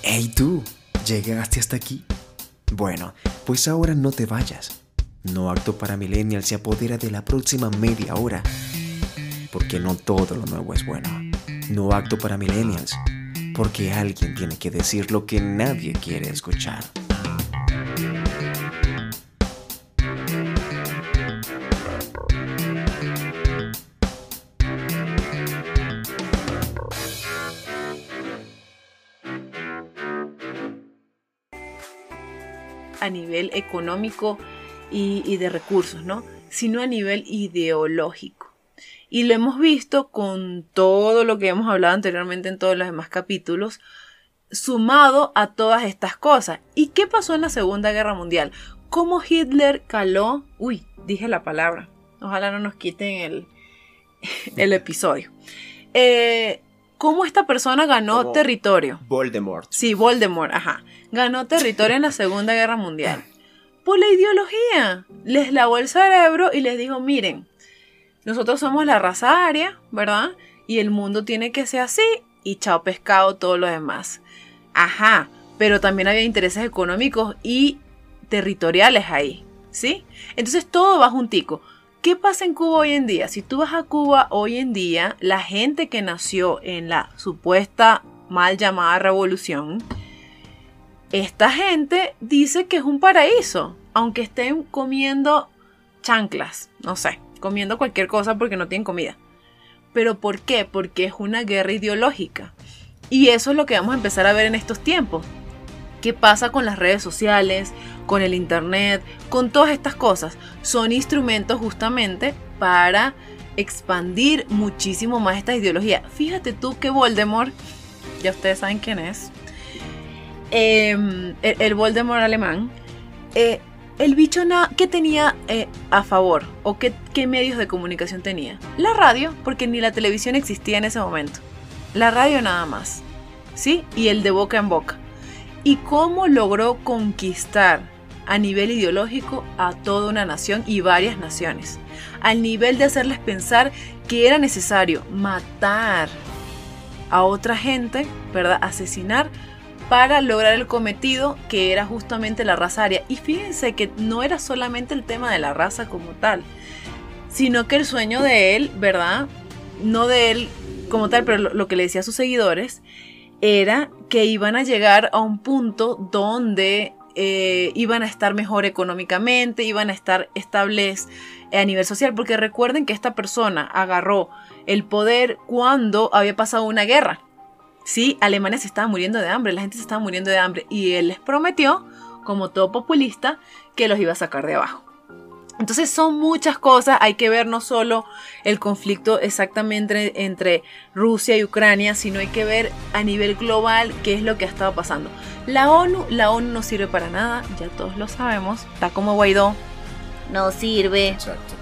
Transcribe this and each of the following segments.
Hey tú, ¿llegaste hasta aquí? Bueno, pues ahora no te vayas. No Apto para Millennials se apodera de la próxima media hora. Porque no todo lo nuevo es bueno. No Apto para Millennials. Porque alguien tiene que decir lo que nadie quiere escuchar. A nivel económico y de recursos, ¿no? Sino a nivel ideológico. Y lo hemos visto con todo lo que hemos hablado anteriormente en todos los demás capítulos, sumado a todas estas cosas. ¿Y qué pasó en la Segunda Guerra Mundial? ¿Cómo Hitler caló? Uy, dije la palabra. Ojalá no nos quiten el episodio. ¿Cómo esta persona ganó Como territorio? Voldemort. Sí, Voldemort, ajá. Ganó territorio en la Segunda Guerra Mundial. Por la ideología. Les lavó el cerebro y les dijo, miren, nosotros somos la raza aria, ¿verdad? Y el mundo tiene que ser así y chao pescado todo lo demás. Ajá, pero también había intereses económicos y territoriales ahí, ¿sí? Entonces todo va juntico. ¿Qué pasa en Cuba hoy en día? Si tú vas a Cuba hoy en día, la gente que nació en la supuesta mal llamada revolución, esta gente dice que es un paraíso, aunque estén comiendo chanclas, no sé, comiendo cualquier cosa porque no tienen comida. ¿Pero por qué? Porque es una guerra ideológica. Y eso es lo que vamos a empezar a ver en estos tiempos. ¿Qué pasa con las redes sociales, con el internet, con todas estas cosas? Son instrumentos justamente para expandir muchísimo más esta ideología. Fíjate tú que Voldemort, ya ustedes saben quién es, el Voldemort alemán, el bicho ¿qué tenía a favor? ¿O qué medios de comunicación tenía? La radio, porque ni la televisión existía en ese momento. La radio nada más, ¿sí? Y el de boca en boca. ¿Y cómo logró conquistar a nivel ideológico a toda una nación y varias naciones? Al nivel de hacerles pensar que era necesario matar a otra gente, ¿verdad? Asesinar para lograr el cometido que era justamente la raza aria. Y fíjense que no era solamente el tema de la raza como tal, sino que el sueño de él, ¿verdad? No de él como tal, pero lo que le decía a sus seguidores era que iban a llegar a un punto donde iban a estar mejor económicamente, iban a estar estables a nivel social, porque recuerden que esta persona agarró el poder cuando había pasado una guerra. Sí, Alemania se estaba muriendo de hambre, la gente se estaba muriendo de hambre y él les prometió, como todo populista, que los iba a sacar de abajo. Entonces son muchas cosas, hay que ver no solo el conflicto exactamente entre Rusia y Ucrania, sino hay que ver a nivel global qué es lo que ha estado pasando. La ONU no sirve para nada, ya todos lo sabemos, está como Guaidó, no sirve. Exacto.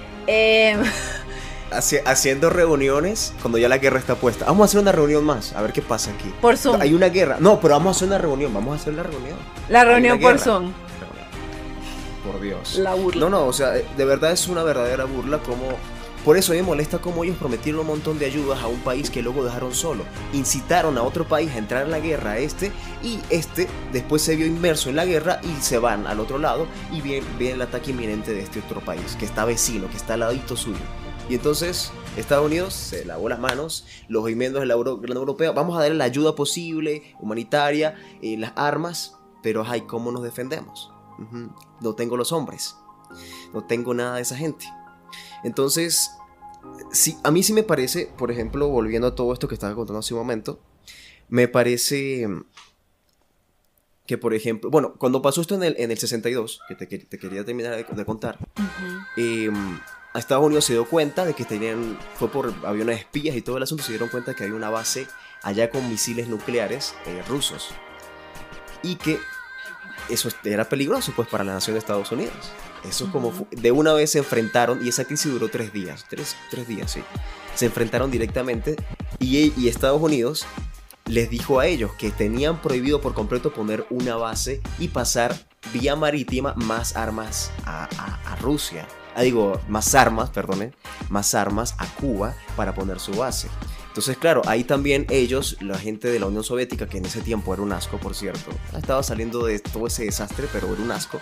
Haciendo reuniones cuando ya la guerra está puesta. Vamos a hacer una reunión más, a ver qué pasa aquí. Por Zoom. Hay una guerra. No, pero vamos a hacer una reunión, vamos a hacer la reunión. La reunión por Zoom. Por Dios. La burla. No, o sea, de verdad es una verdadera burla como... Por eso me molesta cómo ellos prometieron un montón de ayudas a un país que luego dejaron solo. Incitaron a otro país a entrar en la guerra y después se vio inmerso en la guerra y se van al otro lado y viene el ataque inminente de este otro país, que está vecino, que está al ladito suyo. Y entonces Estados Unidos se lavó las manos, los miembros de la Unión Europea, vamos a darle la ayuda posible, humanitaria, las armas, pero ay, ¿cómo nos defendemos? No tengo los hombres, no tengo nada de esa gente. Entonces, sí, a mí sí me parece, por ejemplo, volviendo a todo esto que estaba contando hace un momento, me parece que, por ejemplo, bueno, cuando pasó esto en el 62, que te quería terminar de contar, a Estados Unidos se dio cuenta de que fue por aviones espías y todo el asunto, se dieron cuenta que había una base allá con misiles nucleares rusos y que eso era peligroso pues para la nación de Estados Unidos. Eso de una vez se enfrentaron y esa crisis duró 3 días, tres días, sí. Se enfrentaron directamente y Estados Unidos les dijo a ellos que tenían prohibido por completo poner una base y pasar vía marítima más armas a Rusia. Más armas a Cuba para poner su base. Entonces, claro, ahí también ellos, la gente de la Unión Soviética, que en ese tiempo era un asco, por cierto, estaba saliendo de todo ese desastre, pero era un asco.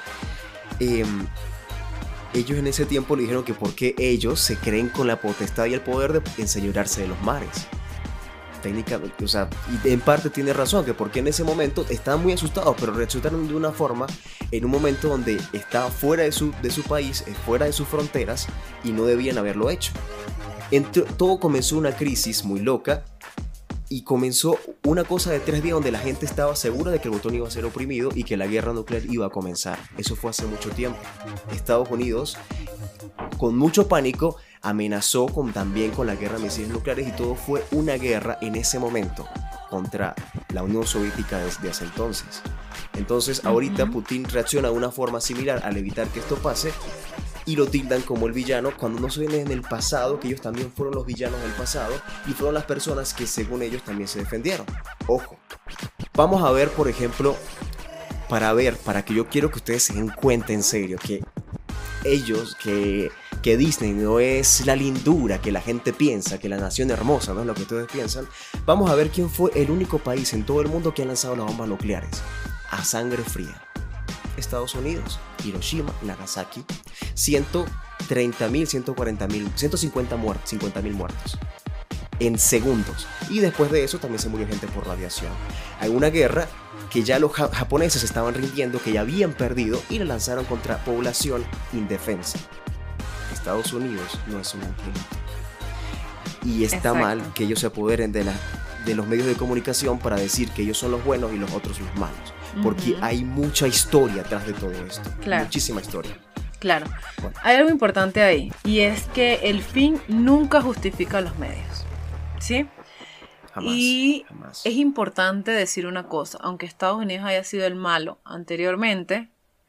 Ellos en ese tiempo le dijeron que porque ellos se creen con la potestad y el poder de enseñorearse de los mares. Técnicamente, o sea, y en parte tiene razón, que porque en ese momento estaban muy asustados, pero reaccionaron de una forma en un momento donde estaba fuera de su país, fuera de sus fronteras, y no debían haberlo hecho. Todo comenzó una crisis muy loca, y comenzó una cosa de 3 días donde la gente estaba segura de que el botón iba a ser oprimido y que la guerra nuclear iba a comenzar. Eso fue hace mucho tiempo. Estados Unidos, con mucho pánico, amenazó también con la guerra de misiles nucleares, y todo fue una guerra en ese momento contra la Unión Soviética desde ese entonces. Entonces ahorita Putin reacciona de una forma similar al evitar que esto pase, y lo tildan como el villano, cuando no se ven en el pasado que ellos también fueron los villanos del pasado y fueron las personas que según ellos también se defendieron. Ojo, vamos a ver, por ejemplo, para que yo quiero que ustedes se den cuenta en serio que ellos, que Disney no es la lindura que la gente piensa, que la nación hermosa no es lo que ustedes piensan. Vamos a ver quién fue el único país en todo el mundo que ha lanzado las bombas nucleares a sangre fría. Estados Unidos, Hiroshima, Nagasaki, 130.000, 140.000, 50.000 muertos en segundos. Y después de eso también se murió gente por radiación. Hay una guerra que ya los japoneses estaban rindiendo, que ya habían perdido, y la lanzaron contra población indefensa. Estados Unidos no es un angelito. Y está mal que ellos se apoderen de los medios de comunicación para decir que ellos son los buenos y los otros los malos. Porque hay mucha historia atrás de todo esto. Claro. Muchísima historia. Claro. Bueno. Hay algo importante ahí, y es que el fin nunca justifica los medios. ¿Sí? Jamás. Es importante decir una cosa. Aunque Estados Unidos haya sido el malo anteriormente,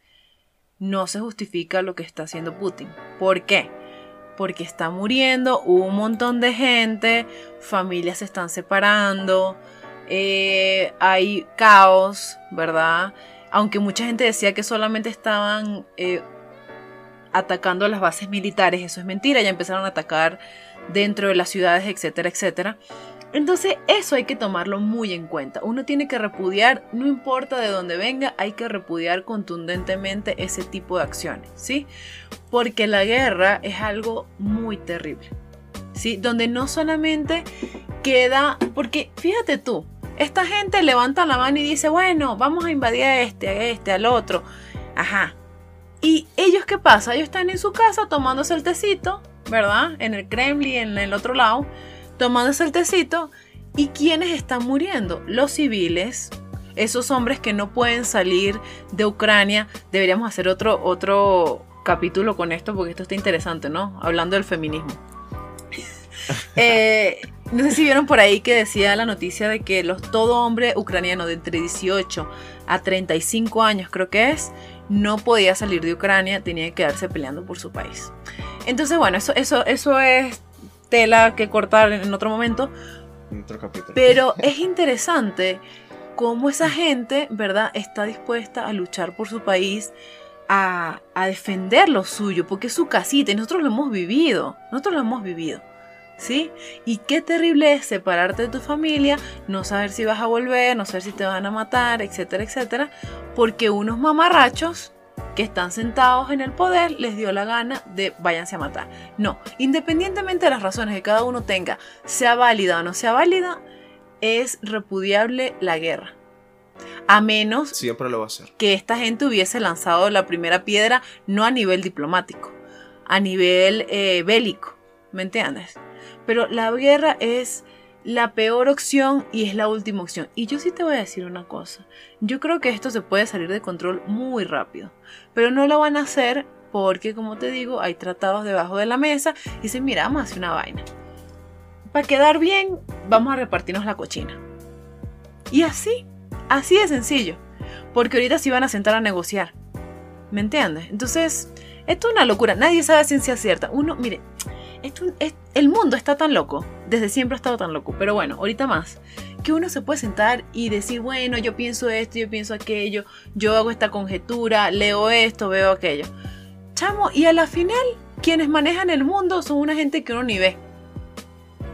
no se justifica lo que está haciendo Putin. ¿Por qué? Porque está muriendo un montón de gente, familias se están separando, hay caos, ¿verdad? Aunque mucha gente decía que solamente estaban atacando las bases militares, eso es mentira, ya empezaron a atacar dentro de las ciudades, etcétera, etcétera. Entonces eso hay que tomarlo muy en cuenta. Uno tiene que repudiar, no importa de dónde venga, hay que repudiar contundentemente ese tipo de acciones, ¿sí? Porque la guerra es algo muy terrible, ¿sí? Donde no solamente queda, porque fíjate tú, esta gente levanta la mano y dice, bueno, vamos a invadir a este, al otro, ajá. ¿Y ellos qué pasa? Ellos están en su casa tomándose el tecito, ¿verdad? En el Kremlin, en el otro lado, tomándose el tecito. ¿Y quiénes están muriendo? Los civiles, esos hombres que no pueden salir de Ucrania. Deberíamos hacer otro capítulo con esto, porque esto está interesante, ¿no? Hablando del feminismo. No sé si vieron por ahí que decía la noticia de que todo hombre ucraniano de entre 18 a 35 años, creo que es, no podía salir de Ucrania, tenía que quedarse peleando por su país. Entonces, bueno, eso es tela que cortar en otro momento. En otro capítulo. Pero es interesante cómo esa gente, ¿verdad?, está dispuesta a luchar por su país, a defender lo suyo, porque es su casita y nosotros lo hemos vivido, ¿sí? Y qué terrible es separarte de tu familia, no saber si vas a volver, no saber si te van a matar, etcétera, etcétera, porque unos mamarrachos que están sentados en el poder les dio la gana de váyanse a matar. No, independientemente de las razones que cada uno tenga, sea válida o no sea válida, es repudiable la guerra. A menos siempre lo va a hacer, que esta gente hubiese lanzado la primera piedra, no a nivel diplomático, a nivel bélico, ¿me entiendes? Pero la guerra es la peor opción y es la última opción. Y yo sí te voy a decir una cosa. Yo creo que esto se puede salir de control muy rápido. Pero no lo van a hacer porque, como te digo, hay tratados debajo de la mesa y dicen, mira, vamos a hacer una vaina. Para quedar bien, vamos a repartirnos la cochina. Y así de sencillo. Porque ahorita se van a sentar a negociar. ¿Me entiendes? Entonces, esto es una locura. Nadie sabe a ciencia cierta. Mire, el mundo está tan loco, desde siempre ha estado tan loco, pero bueno, ahorita más, que uno se puede sentar y decir, bueno, yo pienso esto, yo pienso aquello, yo hago esta conjetura, leo esto, veo aquello. Chamo, y a la final, quienes manejan el mundo son una gente que uno ni ve.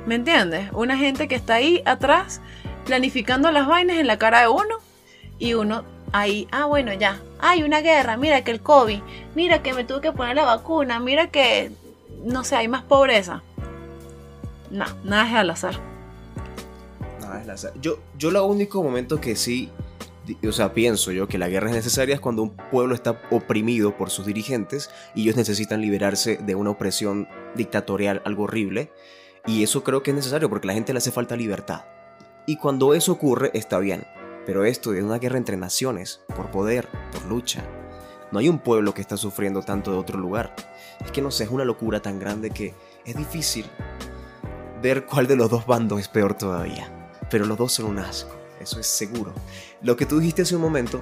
¿Me entiendes? Una gente que está ahí atrás planificando las vainas en la cara de uno y uno ahí, bueno, ya, hay una guerra, mira que el COVID, mira que me tuve que poner la vacuna, mira que, no sé, hay más pobreza. No, nada es al azar. Nada es al azar. Yo lo único momento que sí, o sea, pienso yo que la guerra es necesaria es cuando un pueblo está oprimido por sus dirigentes y ellos necesitan liberarse de una opresión dictatorial, algo horrible, y eso creo que es necesario porque a la gente le hace falta libertad. Y cuando eso ocurre, está bien. Pero esto es una guerra entre naciones, por poder, por lucha. No hay un pueblo que está sufriendo tanto de otro lugar. Es que no sé, es una locura tan grande que es difícil ver cuál de los dos bandos es peor todavía. Pero los dos son un asco, eso es seguro. Lo que tú dijiste hace un momento,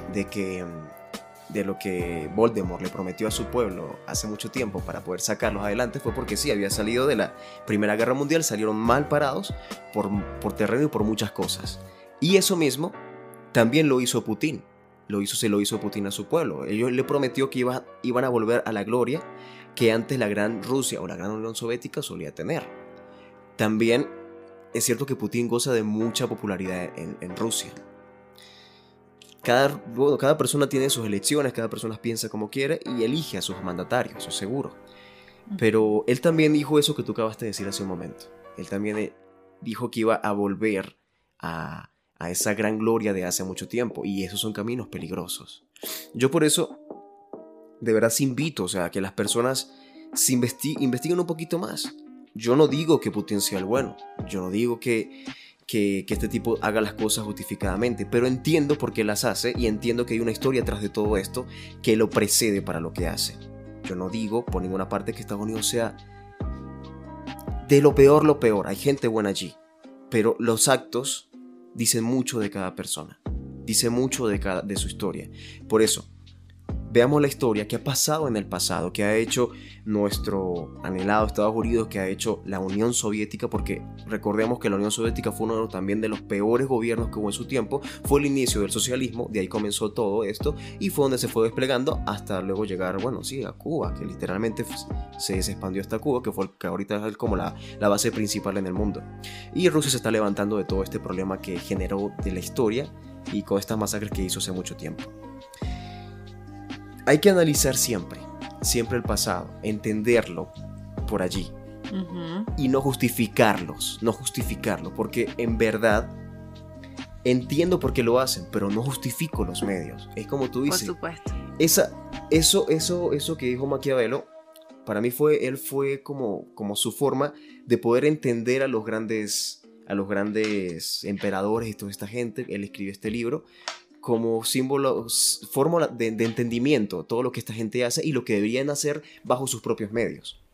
de lo que Voldemort le prometió a su pueblo hace mucho tiempo para poder sacarlos adelante, fue porque sí, había salido de la Primera Guerra Mundial, salieron mal parados por terreno y por muchas cosas. Y eso mismo también lo hizo Putin. Se lo hizo Putin a su pueblo. Ellos le prometió que iban a volver a la gloria que antes la Gran Rusia o la Gran Unión Soviética solía tener. También es cierto que Putin goza de mucha popularidad en Rusia. Cada persona tiene sus elecciones, cada persona piensa como quiere y elige a sus mandatarios, eso es seguro. Pero él también dijo eso que tú acabaste de decir hace un momento. Él también dijo que iba a volver a esa gran gloria de hace mucho tiempo, y esos son caminos peligrosos. Yo por eso de verdad invito, o sea, que las personas se investiguen un poquito más. Yo no digo que Putin sea el bueno, yo no digo que este tipo haga las cosas justificadamente, pero entiendo por qué las hace y entiendo que hay una historia atrás de todo esto que lo precede para lo que hace. Yo no digo por ninguna parte que Estados Unidos sea de lo peor, hay gente buena allí, pero los actos dicen mucho de cada persona, dice mucho de su historia. Por eso, veamos la historia que ha pasado en el pasado, que ha hecho nuestro anhelado Estados Unidos, que ha hecho la Unión Soviética, porque recordemos que la Unión Soviética fue uno también de los peores gobiernos que hubo en su tiempo, fue el inicio del socialismo, de ahí comenzó todo esto, y fue donde se fue desplegando hasta luego llegar, a Cuba, que literalmente se expandió hasta Cuba, que ahorita es como la base principal en el mundo. Y Rusia se está levantando de todo este problema que generó de la historia y con estas masacres que hizo hace mucho tiempo. Hay que analizar siempre el pasado, entenderlo por allí, y no justificarlo, porque en verdad entiendo por qué lo hacen, pero no justifico los medios. Es como tú dices. Por supuesto. Eso que dijo Maquiavelo, para mí él fue como su forma de poder entender a los grandes emperadores y toda esta gente. Él escribió este libro como símbolo, fórmula de entendimiento, todo lo que esta gente hace y lo que deberían hacer bajo sus propios medios.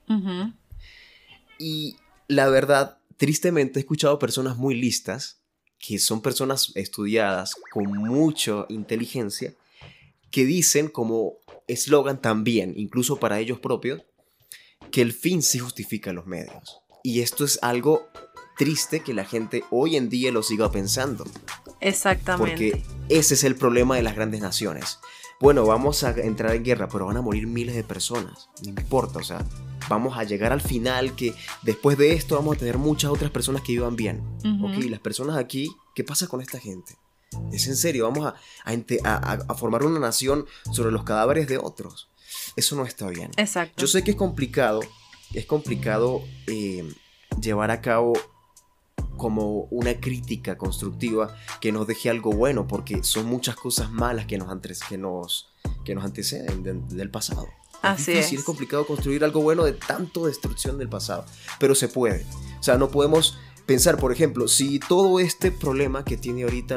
Y la verdad, tristemente he escuchado personas muy listas, que son personas estudiadas con mucha inteligencia, que dicen como eslogan también, incluso para ellos propios, que el fin sí justifica los medios. Y esto es algo triste que la gente hoy en día lo siga pensando. Exactamente. Porque ese es el problema de las grandes naciones. Bueno, vamos a entrar en guerra, pero van a morir miles de personas. No importa, o sea, vamos a llegar al final que después de esto vamos a tener muchas otras personas que vivan bien. Ok, las personas aquí, ¿qué pasa con esta gente? Es en serio, vamos a formar una nación sobre los cadáveres de otros. Eso no está bien. Exacto. Yo sé que es complicado llevar a cabo como una crítica constructiva que nos deje algo bueno, porque son muchas cosas malas que nos anteceden del pasado. Así es. Es complicado construir algo bueno de tanto destrucción del pasado, pero se puede. O sea, no podemos pensar, por ejemplo, si todo este problema que tiene ahorita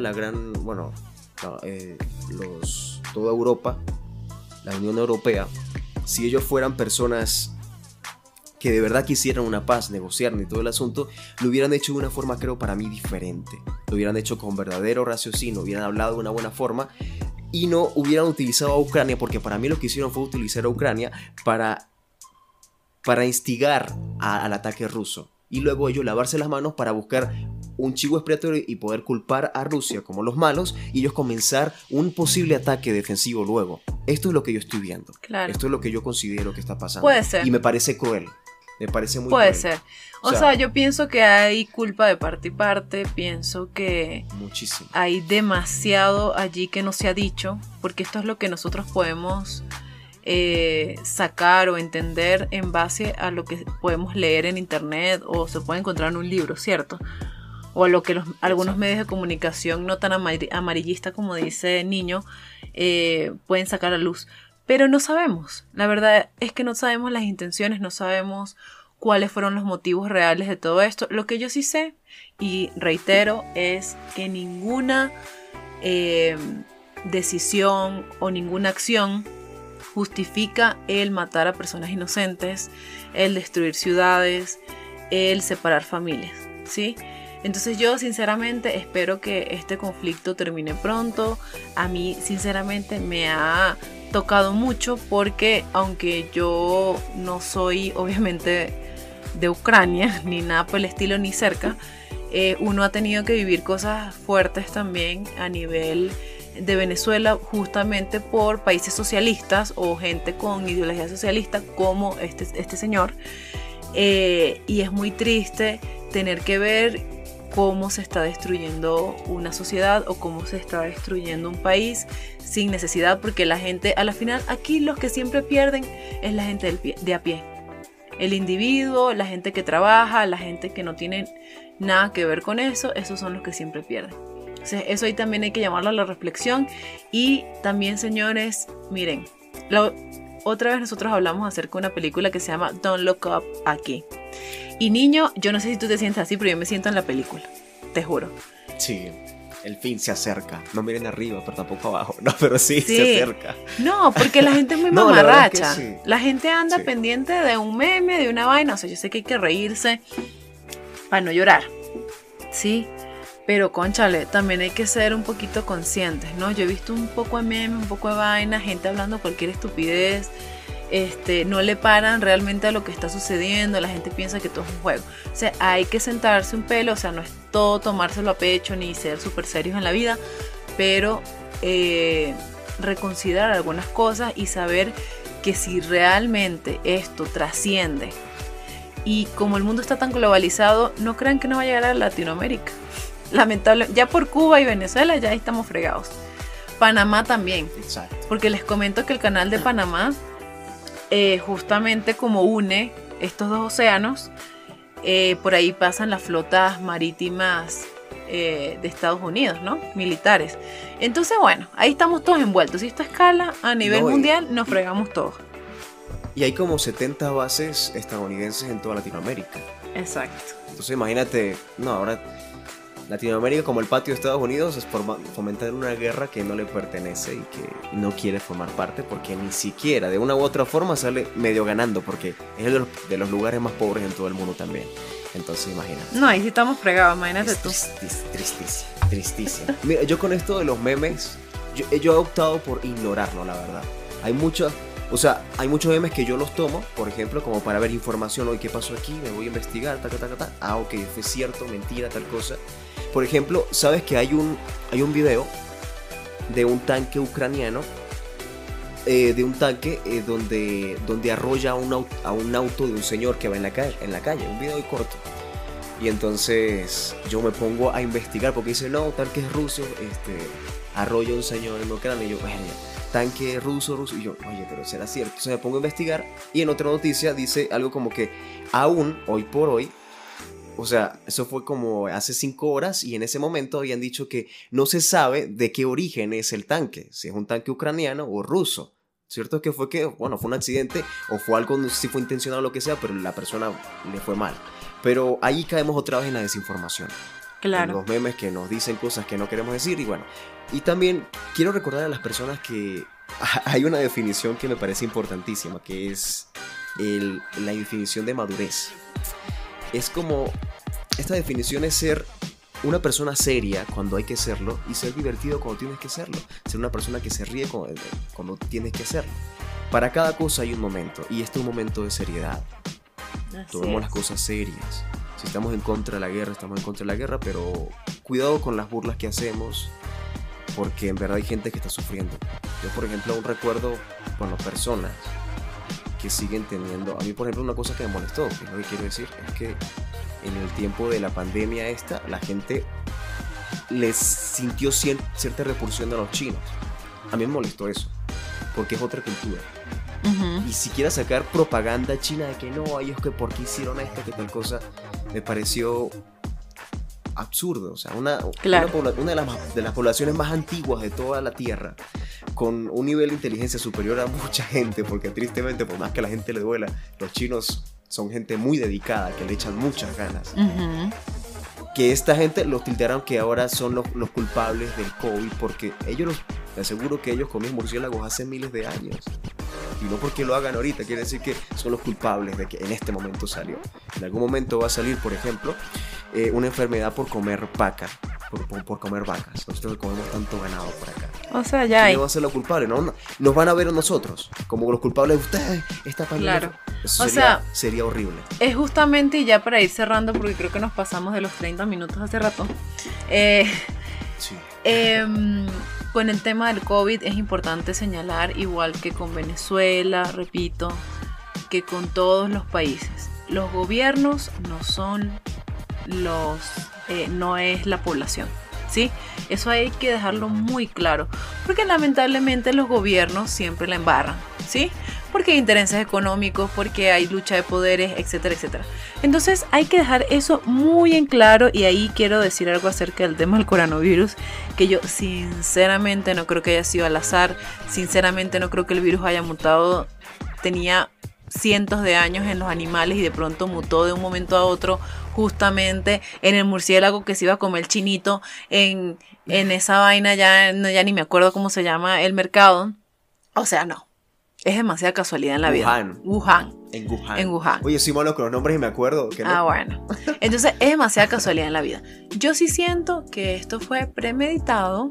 toda Europa, la Unión Europea, si ellos fueran personas que de verdad quisieran una paz, negociar y todo el asunto, lo hubieran hecho de una forma, creo, para mí diferente. Lo hubieran hecho con verdadero raciocinio, hubieran hablado de una buena forma y no hubieran utilizado a Ucrania, porque para mí lo que hicieron fue utilizar a Ucrania para instigar al ataque ruso. Y luego ellos lavarse las manos para buscar un chivo expiatorio y poder culpar a Rusia como los malos y ellos comenzar un posible ataque defensivo luego. Esto es lo que yo estoy viendo. Claro. Esto es lo que yo considero que está pasando. Puede ser. Y me parece cruel. Me parece muy Puede cruel. ser. O sea, yo pienso que hay culpa de parte y parte. Pienso que muchísimo. hay demasiado allí que no se ha dicho, porque esto es lo que nosotros podemos sacar o entender en base a lo que podemos leer en internet o se puede encontrar en un libro, ¿cierto? O a lo que algunos medios de comunicación no tan amarillista como dice Niño pueden sacar a luz. Pero no sabemos, la verdad es que no sabemos las intenciones, no sabemos cuáles fueron los motivos reales de todo esto. Lo que yo sí sé, y reitero, es que ninguna decisión o ninguna acción justifica el matar a personas inocentes, el destruir ciudades, el separar familias, ¿sí? Entonces yo sinceramente espero que este conflicto termine pronto. A mí sinceramente me ha tocado mucho porque aunque yo no soy obviamente de Ucrania ni nada por el estilo ni cerca, uno ha tenido que vivir cosas fuertes también a nivel de Venezuela justamente por países socialistas o gente con ideología socialista como este señor, y es muy triste tener que ver cómo se está destruyendo una sociedad o cómo se está destruyendo un país sin necesidad, porque la gente, a la final, aquí los que siempre pierden es la gente de a pie. El individuo, la gente que trabaja, la gente que no tiene nada que ver con eso, esos son los que siempre pierden. O sea, eso ahí también hay que llamarlo a la reflexión. Y también, señores, miren, otra vez nosotros hablamos acerca de una película que se llama Don't Look Up aquí. Y Niño, yo no sé si tú te sientes así, pero yo me siento en la película, te juro. Sí, el fin se acerca. No miren arriba, pero tampoco abajo. No, pero sí. Se acerca. No, porque la gente es muy mamarracha. La, sí. La gente anda pendiente de un meme, de una vaina. O sea, yo sé que hay que reírse para no llorar, ¿sí? Pero, cónchale, también hay que ser un poquito conscientes, ¿no? Yo he visto un poco de memes, un poco de vaina, gente hablando cualquier estupidez. No le paran realmente a lo que está sucediendo, la gente piensa que todo es un juego. O sea, hay que sentarse un pelo, o sea, no es todo tomárselo a pecho ni ser súper serios en la vida, pero reconsiderar algunas cosas y saber que si realmente esto trasciende, y como el mundo está tan globalizado, no crean que no va a llegar a Latinoamérica. Lamentablemente, ya por Cuba y Venezuela ya estamos fregados. Panamá también. Exacto. Porque les comento que el canal de Panamá justamente como une estos dos océanos, por ahí pasan las flotas marítimas de Estados Unidos, ¿no? Militares. Entonces, bueno, ahí estamos todos envueltos. Si esto escala a nivel mundial, nos fregamos todos. Y hay como 70 bases estadounidenses en toda Latinoamérica. Exacto. Entonces imagínate, no, ahora Latinoamérica como el patio de Estados Unidos es fomentar una guerra que no le pertenece y que no quiere formar parte, porque ni siquiera de una u otra forma sale medio ganando, porque es de los lugares más pobres en todo el mundo también. Entonces imagínate. No, ahí sí estamos fregados, imagínate es tú. Tristísimo. Mira, yo con esto de los memes, yo he optado por ignorarlo, la verdad. Hay muchos memes que yo los tomo, por ejemplo, como para ver información. Hoy, ¿qué pasó aquí? Me voy a investigar, Ah, ok, fue cierto, mentira, tal cosa. Por ejemplo, ¿sabes que hay un video de un tanque ucraniano? Donde arrolla a un auto de un señor que va en la calle, un video corto. Y entonces yo me pongo a investigar porque dice, no, tanques rusos, arrolla a un señor en Ucrania. Y yo, tanque ruso, y yo, oye, pero será cierto. Entonces me pongo a investigar y en otra noticia dice algo como que aún hoy por hoy, o sea, eso fue como hace 5 horas y en ese momento habían dicho que no se sabe de qué origen es el tanque, si es un tanque ucraniano o ruso. Cierto que fue un accidente o fue algo, no sé si fue intencional o lo que sea, pero la persona le fue mal. Pero ahí caemos otra vez en la desinformación. Claro. En los memes que nos dicen cosas que no queremos decir y bueno. Y también quiero recordar a las personas que hay una definición que me parece importantísima, que es la definición de madurez. Es como, esta definición es ser una persona seria cuando hay que serlo y ser divertido cuando tienes que serlo. Ser una persona que se ríe cuando tienes que hacerlo. Para cada cosa hay un momento y este es un momento de seriedad. Tomemos las cosas serias. Si estamos en contra de la guerra, estamos en contra de la guerra, pero cuidado con las burlas que hacemos, porque en verdad hay gente que está sufriendo. Yo, por ejemplo, aún recuerdo, personas que siguen teniendo. A mí, por ejemplo, una cosa que me molestó, que es lo que quiero decir, es que en el tiempo de la pandemia la gente les sintió cierta repulsión de los chinos. A mí me molestó eso, porque es otra cultura. Ujú. Y si quieres sacar propaganda china de que no, ellos que por qué hicieron esto, que tal cosa, me pareció absurdo. O sea, Claro. de las poblaciones más antiguas de toda la Tierra, con un nivel de inteligencia superior a mucha gente, porque tristemente, por más que a la gente le duela, los chinos son gente muy dedicada, que le echan muchas ganas. Ujú. Que esta gente los tildaron que ahora son los culpables del COVID, porque te aseguro que ellos comían murciélagos hace miles de años. Y no porque lo hagan ahorita, quiere decir que son los culpables de que en este momento salió. En algún momento va a salir, por ejemplo, una enfermedad por comer vaca, por comer vacas. Nosotros comemos tanto ganado por acá. O sea, ya hay. ¿Quién va a ser los culpables? No, nos van a ver a nosotros como los culpables de ustedes. Esta pandemia. Claro. Eso O sea, sería horrible. Es justamente, y ya para ir cerrando, porque creo que nos pasamos de los 30 minutos hace rato. Sí. Con el tema del COVID es importante señalar, igual que con Venezuela, repito, que con todos los países, los gobiernos no son no es la población, ¿sí? Eso hay que dejarlo muy claro, porque lamentablemente los gobiernos siempre la embarran, ¿sí? Porque hay intereses económicos, porque hay lucha de poderes, etcétera, etcétera. Entonces hay que dejar eso muy en claro, y ahí quiero decir algo acerca del tema del coronavirus, que yo sinceramente no creo que haya sido al azar, sinceramente no creo que el virus haya mutado, tenía cientos de años en los animales y de pronto mutó de un momento a otro justamente en el murciélago que se iba a comer el chinito, en esa vaina, ya ni me acuerdo cómo se llama el mercado. O sea, no. Es demasiada casualidad en la vida. Wuhan. En Wuhan. Oye, soy malo con los nombres y me acuerdo. Que no. Ah, bueno. Entonces es demasiada casualidad en la vida. Yo sí siento que esto fue premeditado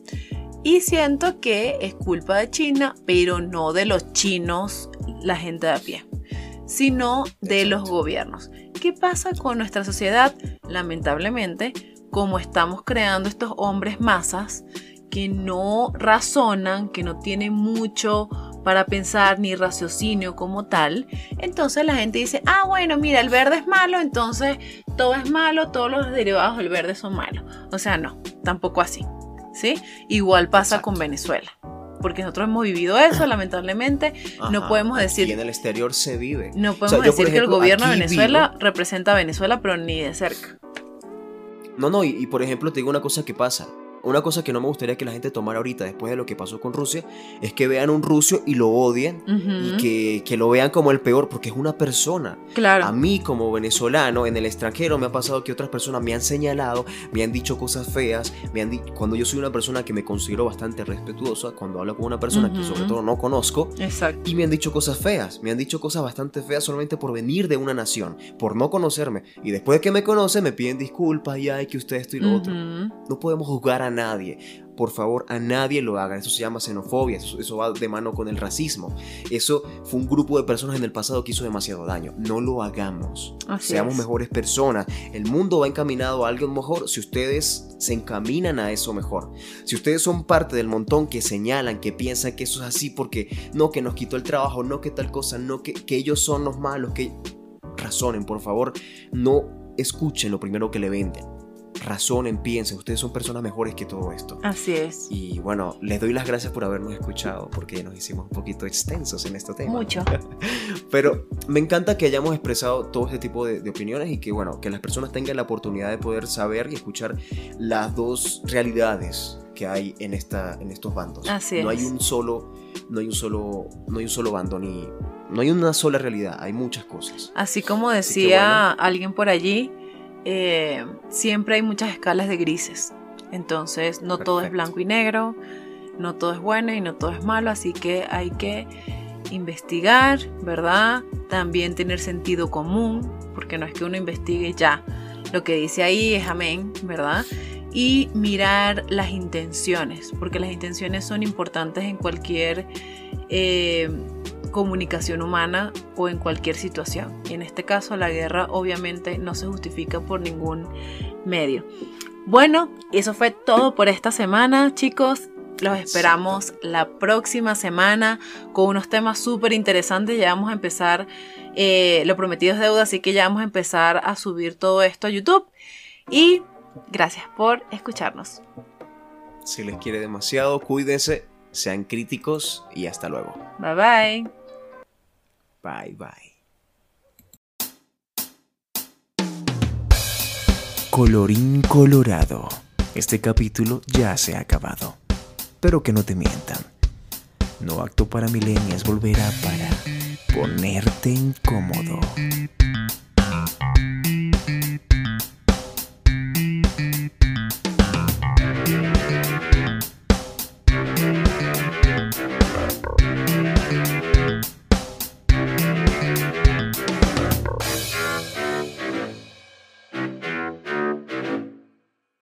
y siento que es culpa de China, pero no de los chinos, la gente de a pie, sino de los gobiernos. ¿Qué pasa con nuestra sociedad? Lamentablemente, como estamos creando estos hombres masas que no razonan, que no tienen mucho para pensar ni raciocinio como tal, entonces la gente dice, bueno, mira, el verde es malo, entonces todo es malo, todos los derivados del verde son malos. O sea, no, tampoco así, ¿sí? Igual pasa Exacto. con Venezuela, porque nosotros hemos vivido eso, lamentablemente. Ajá, no podemos decir... Aquí en el exterior se vive. No podemos yo, decir por ejemplo, que el gobierno de aquí Venezuela vivo. representa a Venezuela, pero ni de cerca. No, y por ejemplo te digo una cosa que pasa. Una cosa que no me gustaría que la gente tomara ahorita después de lo que pasó con Rusia es que vean a un ruso y lo odien y que lo vean como el peor porque es una persona. Claro. A mí como venezolano en el extranjero me ha pasado que otras personas me han señalado, me han dicho cosas feas, cuando yo soy una persona que me considero bastante respetuosa, cuando hablo con una persona que sobre todo no conozco. Exacto. Y me han dicho cosas feas, me han dicho cosas bastante feas solamente por venir de una nación, por no conocerme. Y después de que me conocen me piden disculpas y que usted esto y lo otro. No podemos juzgar a nadie. Por favor, a nadie lo hagan. Eso se llama xenofobia. Eso va de mano con el racismo. Eso fue un grupo de personas en el pasado que hizo demasiado daño. No lo hagamos. Seamos mejores personas. El mundo va encaminado a algo mejor si ustedes se encaminan a eso mejor. Si ustedes son parte del montón que señalan, que piensan que eso es así porque no, que nos quitó el trabajo, no, que tal cosa, no, que ellos son los malos, que razonen, por favor. No escuchen lo primero que le venden. Razonen, piensen, ustedes son personas mejores que todo esto. Así es. Y bueno, les doy las gracias por habernos escuchado, porque nos hicimos un poquito extensos en este tema. Mucho. Pero me encanta que hayamos expresado todo este tipo de opiniones y que bueno, que las personas tengan la oportunidad de poder saber y escuchar las dos realidades que hay en estos bandos. Así no es. hay un solo bando, no hay una sola realidad, hay muchas cosas. Así como decía alguien por allí, siempre hay muchas escalas de grises. Entonces no todo es blanco y negro, no todo es bueno y no todo es malo, así que hay que investigar, ¿verdad? También tener sentido común, porque no es que uno investigue ya, lo que dice ahí es amén, ¿verdad? Y mirar las intenciones, porque las intenciones son importantes en cualquier comunicación humana o en cualquier situación. Y en este caso la guerra obviamente no se justifica por ningún medio. Bueno, eso fue todo por esta semana, chicos. Los esperamos la próxima semana con unos temas súper interesantes. Ya vamos a empezar, lo prometido es deuda, así que ya vamos a empezar a subir todo esto a YouTube. Y gracias por escucharnos. Si les quiere demasiado, cuídense, sean críticos y hasta luego. Bye bye. Bye bye. Colorín colorado. Este capítulo ya se ha acabado. Pero que no te mientan. No apto para millennials volverá para ponerte incómodo.